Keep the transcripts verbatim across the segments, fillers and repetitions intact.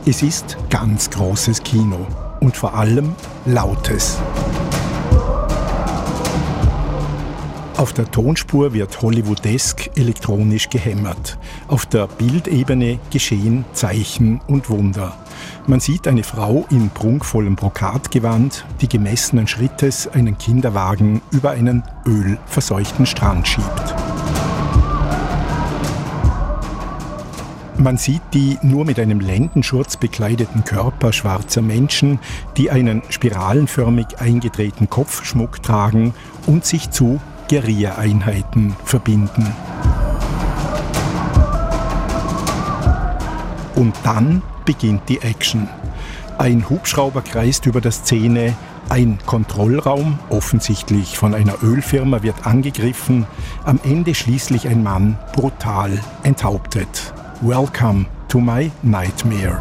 Es ist ganz großes Kino und vor allem lautes. Auf der Tonspur wird hollywoodesk elektronisch gehämmert. Auf der Bildebene geschehen Zeichen und Wunder. Man sieht eine Frau in prunkvollem Brokatgewand, die gemessenen Schrittes einen Kinderwagen über einen ölverseuchten Strand schiebt. Man sieht die nur mit einem Lendenschurz bekleideten Körper schwarzer Menschen, die einen spiralenförmig eingedrehten Kopfschmuck tragen und sich zu Guerilla-Einheiten verbinden. Und dann beginnt die Action. Ein Hubschrauber kreist über der Szene, ein Kontrollraum, offensichtlich von einer Ölfirma, wird angegriffen, am Ende schließlich ein Mann brutal enthauptet. Welcome to my nightmare.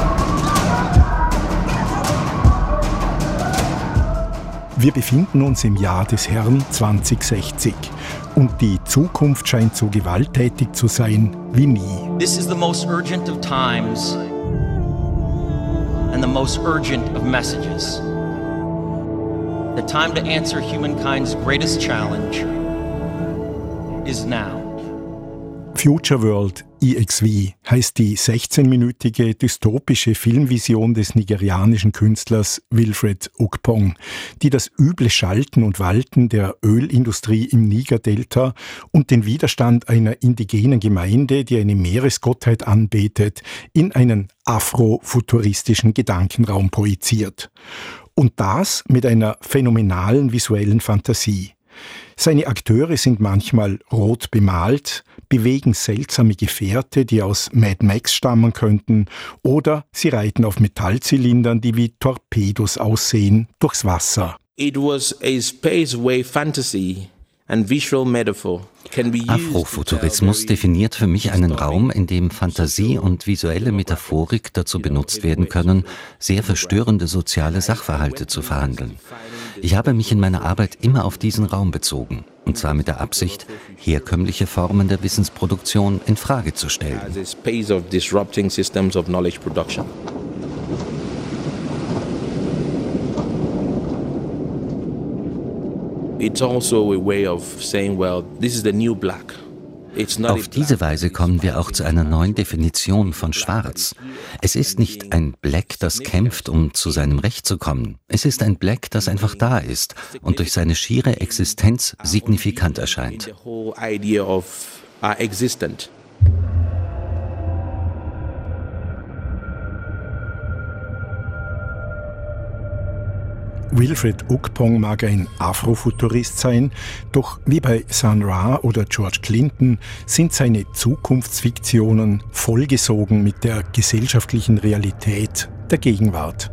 Wir befinden uns im Jahr des Herrn zwanzig sechzig und die Zukunft scheint so gewalttätig zu sein wie nie. This is the most urgent of times and the most urgent of messages. The time to answer humankind's greatest challenge is now. Future World E X V heißt die sechzehnminütige dystopische Filmvision des nigerianischen Künstlers Wilfred Ukpong, die das üble Schalten und Walten der Ölindustrie im Nigerdelta und den Widerstand einer indigenen Gemeinde, die eine Meeresgottheit anbetet, in einen afrofuturistischen Gedankenraum projiziert. Und das mit einer phänomenalen visuellen Fantasie. Seine Akteure sind manchmal rot bemalt, bewegen seltsame Gefährte, die aus Mad Max stammen könnten, oder sie reiten auf Metallzylindern, die wie Torpedos aussehen, durchs Wasser. It was a spaceway fantasy and visual metaphor. Afrofuturismus definiert für mich einen Raum, in dem Fantasie und visuelle Metaphorik dazu benutzt werden können, sehr verstörende soziale Sachverhalte zu verhandeln. Ich habe mich in meiner Arbeit immer auf diesen Raum bezogen, und zwar mit der Absicht, herkömmliche Formen der Wissensproduktion in Frage zu stellen. It's also a way of saying, well, this is the new black. Auf diese Weise kommen wir auch zu einer neuen Definition von Schwarz. Es ist nicht ein Black, das kämpft, um zu seinem Recht zu kommen. Es ist ein Black, das einfach da ist und durch seine schiere Existenz signifikant erscheint. Wilfred Ukpong mag ein Afrofuturist sein, doch wie bei Sun Ra oder George Clinton sind seine Zukunftsfiktionen vollgesogen mit der gesellschaftlichen Realität der Gegenwart.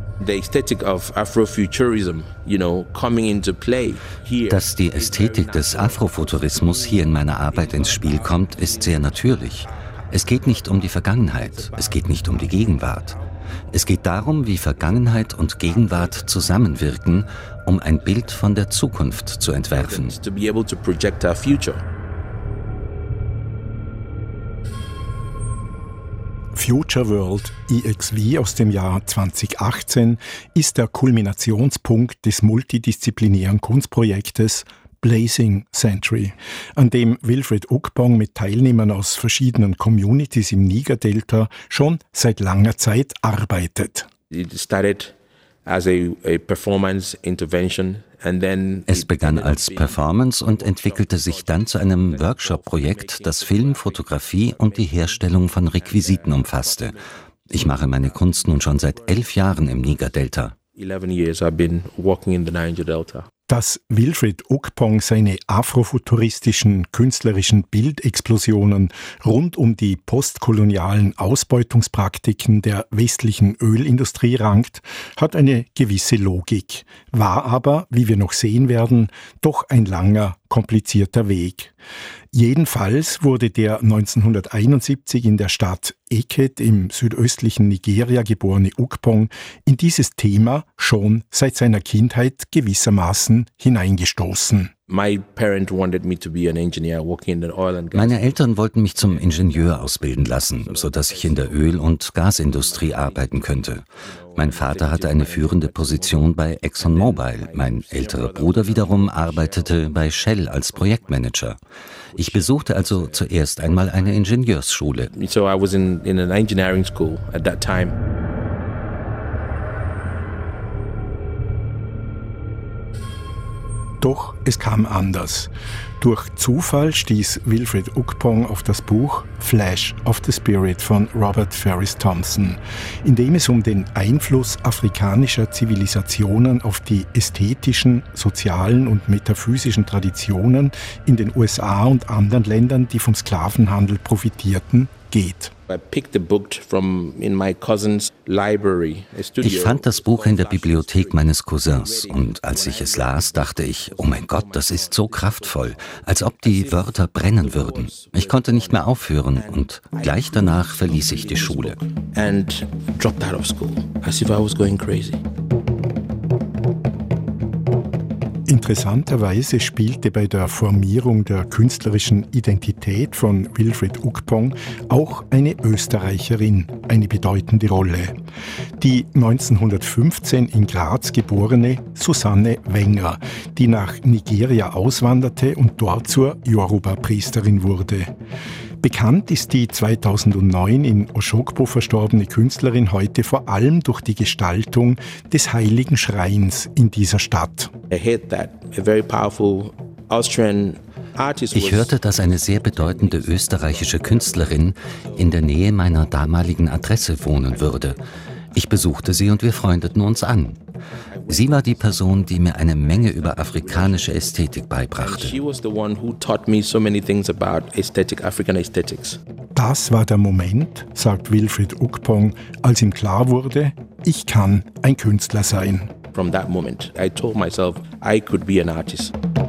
Dass die Ästhetik des Afrofuturismus hier in meiner Arbeit ins Spiel kommt, ist sehr natürlich. Es geht nicht um die Vergangenheit, es geht nicht um die Gegenwart. Es geht darum, wie Vergangenheit und Gegenwart zusammenwirken, um ein Bild von der Zukunft zu entwerfen. Future World E X V aus dem Jahr zwanzig achtzehn ist der Kulminationspunkt des multidisziplinären Kunstprojektes Blazing Century, an dem Wilfred Ukpong mit Teilnehmern aus verschiedenen Communities im Nigerdelta schon seit langer Zeit arbeitet. It started as a, a performance intervention. Es begann als Performance und entwickelte sich dann zu einem Workshop-Projekt, das Film, Fotografie und die Herstellung von Requisiten umfasste. Ich mache meine Kunst nun schon seit elf Jahren im Nigerdelta. eleven years I've been working in the Niger Delta. Dass Wilfred Ukpong seine afrofuturistischen künstlerischen Bildexplosionen rund um die postkolonialen Ausbeutungspraktiken der westlichen Ölindustrie rankt, hat eine gewisse Logik, war aber, wie wir noch sehen werden, doch ein langer, komplizierter Weg. Jedenfalls wurde der neunzehnhunderteinundsiebzig in der Stadt Eket im südöstlichen Nigeria geborene Ukpong in dieses Thema schon seit seiner Kindheit gewissermaßen hineingestoßen. Meine Eltern wollten mich zum Ingenieur ausbilden lassen, sodass ich in der Öl- und Gasindustrie arbeiten könnte. Mein Vater hatte eine führende Position bei ExxonMobil. Mein älterer Bruder wiederum arbeitete bei Shell als Projektmanager. Ich besuchte also zuerst einmal eine Ingenieursschule. So I was in, in an engineering school at that time. Doch es kam anders. Durch Zufall stieß Wilfred Ukpong auf das Buch Flash of the Spirit von Robert Farris Thompson, in dem es um den Einfluss afrikanischer Zivilisationen auf die ästhetischen, sozialen und metaphysischen Traditionen in den U S A und anderen Ländern, die vom Sklavenhandel profitierten, geht. Ich fand das Buch in der Bibliothek meines Cousins und als ich es las, dachte ich, oh mein Gott, das ist so kraftvoll, als ob die Wörter brennen würden. Ich konnte nicht mehr aufhören und gleich danach verließ ich die Schule. And dropped out of school, as if I was going crazy. Interessanterweise spielte bei der Formierung der künstlerischen Identität von Wilfred Ukpong auch eine Österreicherin eine bedeutende Rolle. Die neunzehnhundertfünfzehn in Graz geborene Susanne Wenger, die nach Nigeria auswanderte und dort zur Yoruba-Priesterin wurde. Bekannt ist die zweitausendneun in Oshogbo verstorbene Künstlerin heute vor allem durch die Gestaltung des Heiligen Schreins in dieser Stadt. Ich hörte, dass eine sehr bedeutende österreichische Künstlerin in der Nähe meiner damaligen Adresse wohnen würde. Ich besuchte sie und wir freundeten uns an. Sie war die Person, die mir eine Menge über afrikanische Ästhetik beibrachte. Das war der Moment, sagt Wilfred Ukpong, als ihm klar wurde, ich kann ein Künstler sein. From that moment, I told myself I could be an artist.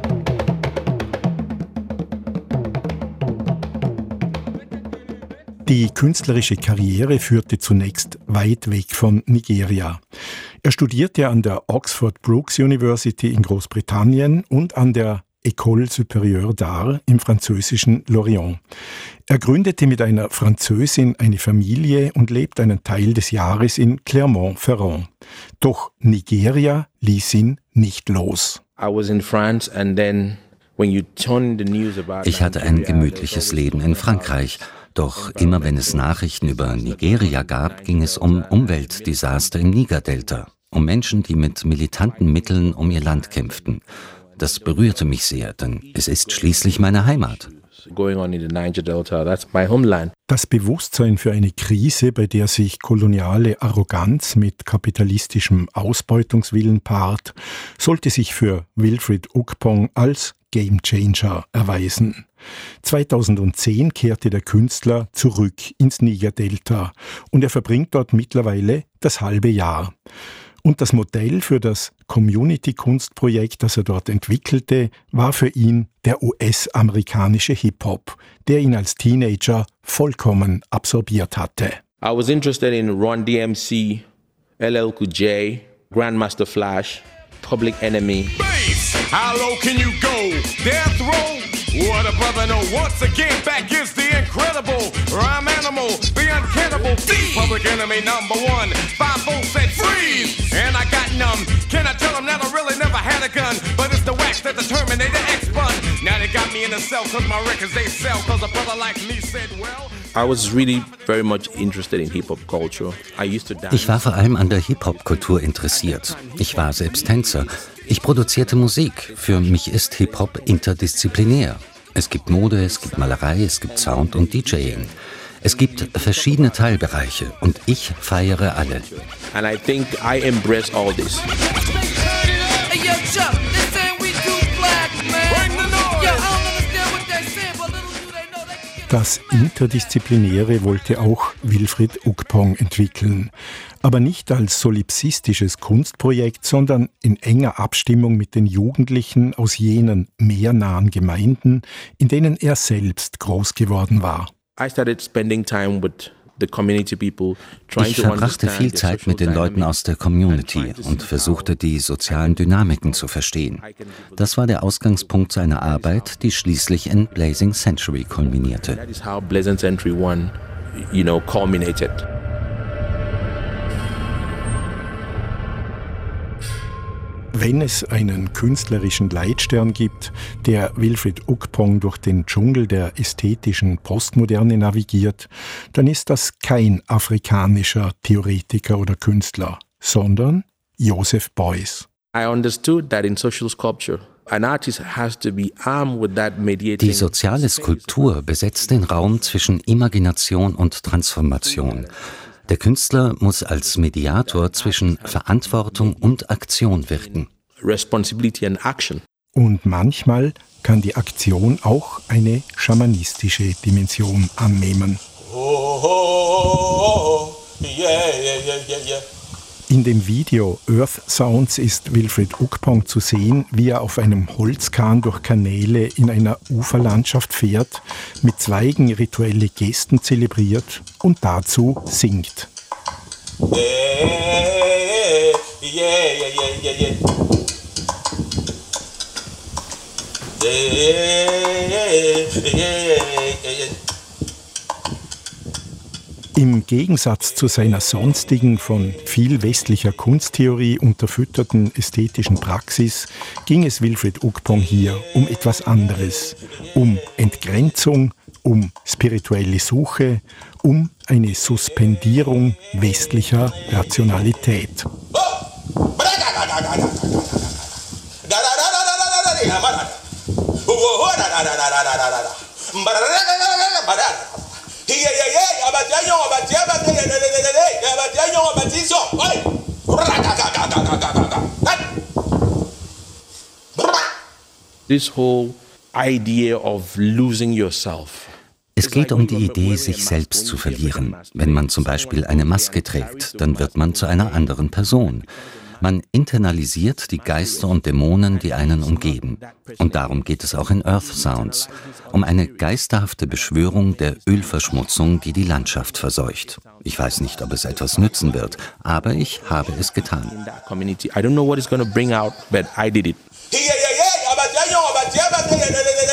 Die künstlerische Karriere führte zunächst weit weg von Nigeria. Er studierte an der Oxford Brookes University in Großbritannien und an der École Supérieure d'Art im französischen Lorient. Er gründete mit einer Französin eine Familie und lebt einen Teil des Jahres in Clermont-Ferrand. Doch Nigeria ließ ihn nicht los. I was in France and then when you turn the news about Ich hatte ein gemütliches Leben in Frankreich. Doch immer wenn es Nachrichten über Nigeria gab, ging es um Umweltdesaster im Niger-Delta, um Menschen, die mit militanten Mitteln um ihr Land kämpften. Das berührte mich sehr, denn es ist schließlich meine Heimat. Das Bewusstsein für eine Krise, bei der sich koloniale Arroganz mit kapitalistischem Ausbeutungswillen paart, sollte sich für Wilfred Ukpong als Gamechanger erweisen. zweitausendzehn kehrte der Künstler zurück ins Niger-Delta und er verbringt dort mittlerweile das halbe Jahr. Und das Modell für das Community-Kunstprojekt, das er dort entwickelte, war für ihn der U S-amerikanische Hip-Hop, der ihn als Teenager vollkommen absorbiert hatte. I was interested in Run D M C, L L Cool J, Grandmaster Flash, Public Enemy. Bass, how low can you go? Death row? What a brother, no. Once again, back is the incredible rhyme animal, the uncannibal thief. Public Enemy number one. Five volts said freeze, and I got numb. Can I tell them that I really never had a gun? But it's the wax that the Terminator X-Bun. Now they got me in a cell, cause my records they sell. Cause a brother like me said, well. I was really very much interested in hip-hop culture. I used to dance. Ich war vor allem an der Hip-Hop-Kultur interessiert. Ich war selbst Tänzer. Ich produzierte Musik. Für mich ist Hip-Hop interdisziplinär. Es gibt Mode, es gibt Malerei, es gibt Sound und DJing. Es gibt verschiedene Teilbereiche und ich feiere alle. And I think I embrace all this. Das Interdisziplinäre wollte auch Wilfred Ukpong entwickeln. Aber nicht als solipsistisches Kunstprojekt, sondern in enger Abstimmung mit den Jugendlichen aus jenen meernahen Gemeinden, in denen er selbst groß geworden war. I started spending time with Ich verbrachte viel Zeit mit den Leuten aus der Community und versuchte, die sozialen Dynamiken zu verstehen. Das war der Ausgangspunkt seiner Arbeit, die schließlich in Blazing Century kulminierte. Wenn es einen künstlerischen Leitstern gibt, der Wilfred Ukpong durch den Dschungel der ästhetischen Postmoderne navigiert, dann ist das kein afrikanischer Theoretiker oder Künstler, sondern Joseph Beuys. Die soziale Skulptur besetzt den Raum zwischen Imagination und Transformation. Der Künstler muss als Mediator zwischen Verantwortung und Aktion wirken. Und manchmal kann die Aktion auch eine schamanistische Dimension annehmen. In dem Video Earth Sounds ist Wilfred Ukpong zu sehen, wie er auf einem Holzkahn durch Kanäle in einer Uferlandschaft fährt, mit Zweigen rituelle Gesten zelebriert und dazu singt. Im Gegensatz zu seiner sonstigen, von viel westlicher Kunsttheorie unterfütterten ästhetischen Praxis ging es Wilfred Ukpong hier um etwas anderes, um Entgrenzung, um spirituelle Suche, um eine Suspendierung westlicher Rationalität. This whole idea of losing yourself. Es geht um die Idee, sich selbst zu verlieren. Wenn man zum Beispiel eine Maske trägt, dann wird man zu einer anderen Person. Man internalisiert die Geister und Dämonen, die einen umgeben. Und darum geht es auch in Earth Sounds, um eine geisterhafte Beschwörung der Ölverschmutzung, die die Landschaft verseucht. Ich weiß nicht, ob es etwas nützen wird, aber ich habe es getan. I don't know what it's going to bring out, but I did it.